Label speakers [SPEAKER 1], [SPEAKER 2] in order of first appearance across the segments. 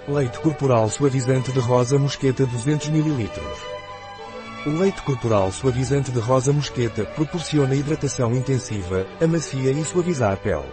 [SPEAKER 1] Leite corporal suavizante de rosa mosqueta 200 ml. O leite corporal suavizante de rosa mosqueta proporciona hidratação intensiva, amacia e suaviza a pele.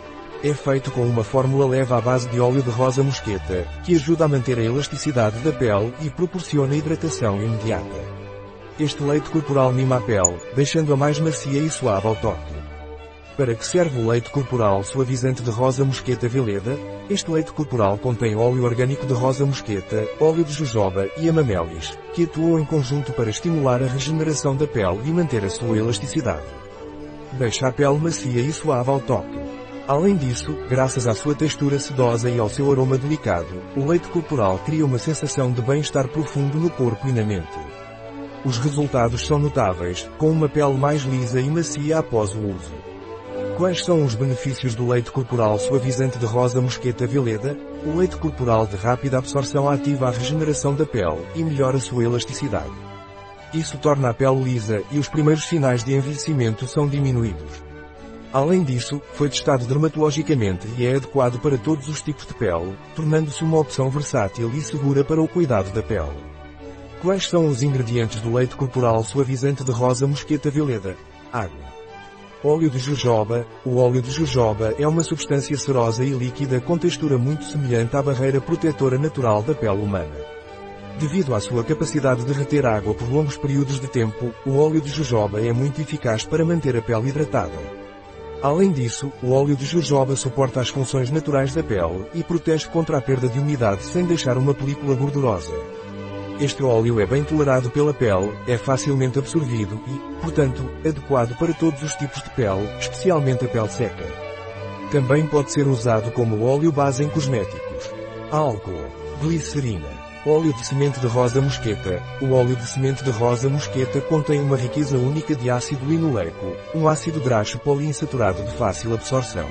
[SPEAKER 1] É feito com uma fórmula leve à base de óleo de rosa mosqueta, que ajuda a manter a elasticidade da pele e proporciona hidratação imediata. Este leite corporal mima a pele, deixando-a mais macia e suave ao toque. Para que serve o leite corporal suavizante de rosa mosqueta Veleda? Este leite corporal contém óleo orgânico de rosa mosqueta, óleo de jojoba e amamélis, que atuam em conjunto para estimular a regeneração da pele e manter a sua elasticidade. Deixa a pele macia e suave ao toque. Além disso, graças à sua textura sedosa e ao seu aroma delicado, o leite corporal cria uma sensação de bem-estar profundo no corpo e na mente. Os resultados são notáveis, com uma pele mais lisa e macia após o uso. Quais são os benefícios do leite corporal suavizante de rosa mosqueta Veleda? O leite corporal de rápida absorção ativa a regeneração da pele e melhora sua elasticidade. Isso torna a pele lisa e os primeiros sinais de envelhecimento são diminuídos. Além disso, foi testado dermatologicamente e é adequado para todos os tipos de pele, tornando-se uma opção versátil e segura para o cuidado da pele. Quais são os ingredientes do leite corporal suavizante de rosa mosqueta Veleda? Água. Óleo de jojoba. O óleo de jojoba é uma substância cerosa e líquida com textura muito semelhante à barreira protetora natural da pele humana. Devido à sua capacidade de reter água por longos períodos de tempo, o óleo de jojoba é muito eficaz para manter a pele hidratada. Além disso, o óleo de jojoba suporta as funções naturais da pele e protege contra a perda de umidade sem deixar uma película gordurosa. Este óleo é bem tolerado pela pele, é facilmente absorvido e, portanto, adequado para todos os tipos de pele, especialmente a pele seca. Também pode ser usado como óleo base em cosméticos. Álcool. Glicerina. Óleo de semente de rosa mosqueta. O óleo de semente de rosa mosqueta contém uma riqueza única de ácido linoleico, um ácido graxo poliinsaturado de fácil absorção.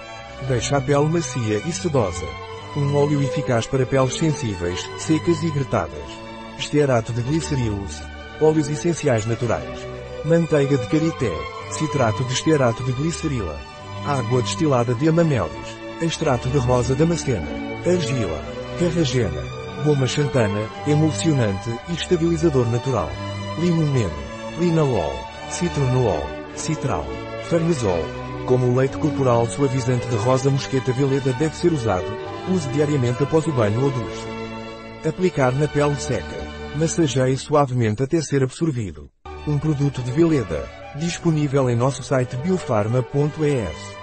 [SPEAKER 1] Deixa a pele macia e sedosa. Um óleo eficaz para peles sensíveis, secas e gretadas. Estearato de glicerilose. Óleos essenciais naturais. Manteiga de karité. Citrato de estearato de glicerila. Água destilada de amamélis. Extrato de rosa damascena. Argila. Carragena. Goma xantana, emulsionante e estabilizador natural. Limoneno. Linalol. Citronolol. Citral. Farnesol. Como o leite corporal suavizante de rosa mosqueta Veleda deve ser usado, use diariamente após o banho ou duche. Aplicar na pele seca. Massageie suavemente até ser absorvido. Um produto de Veleda. Disponível em nosso site biofarma.es.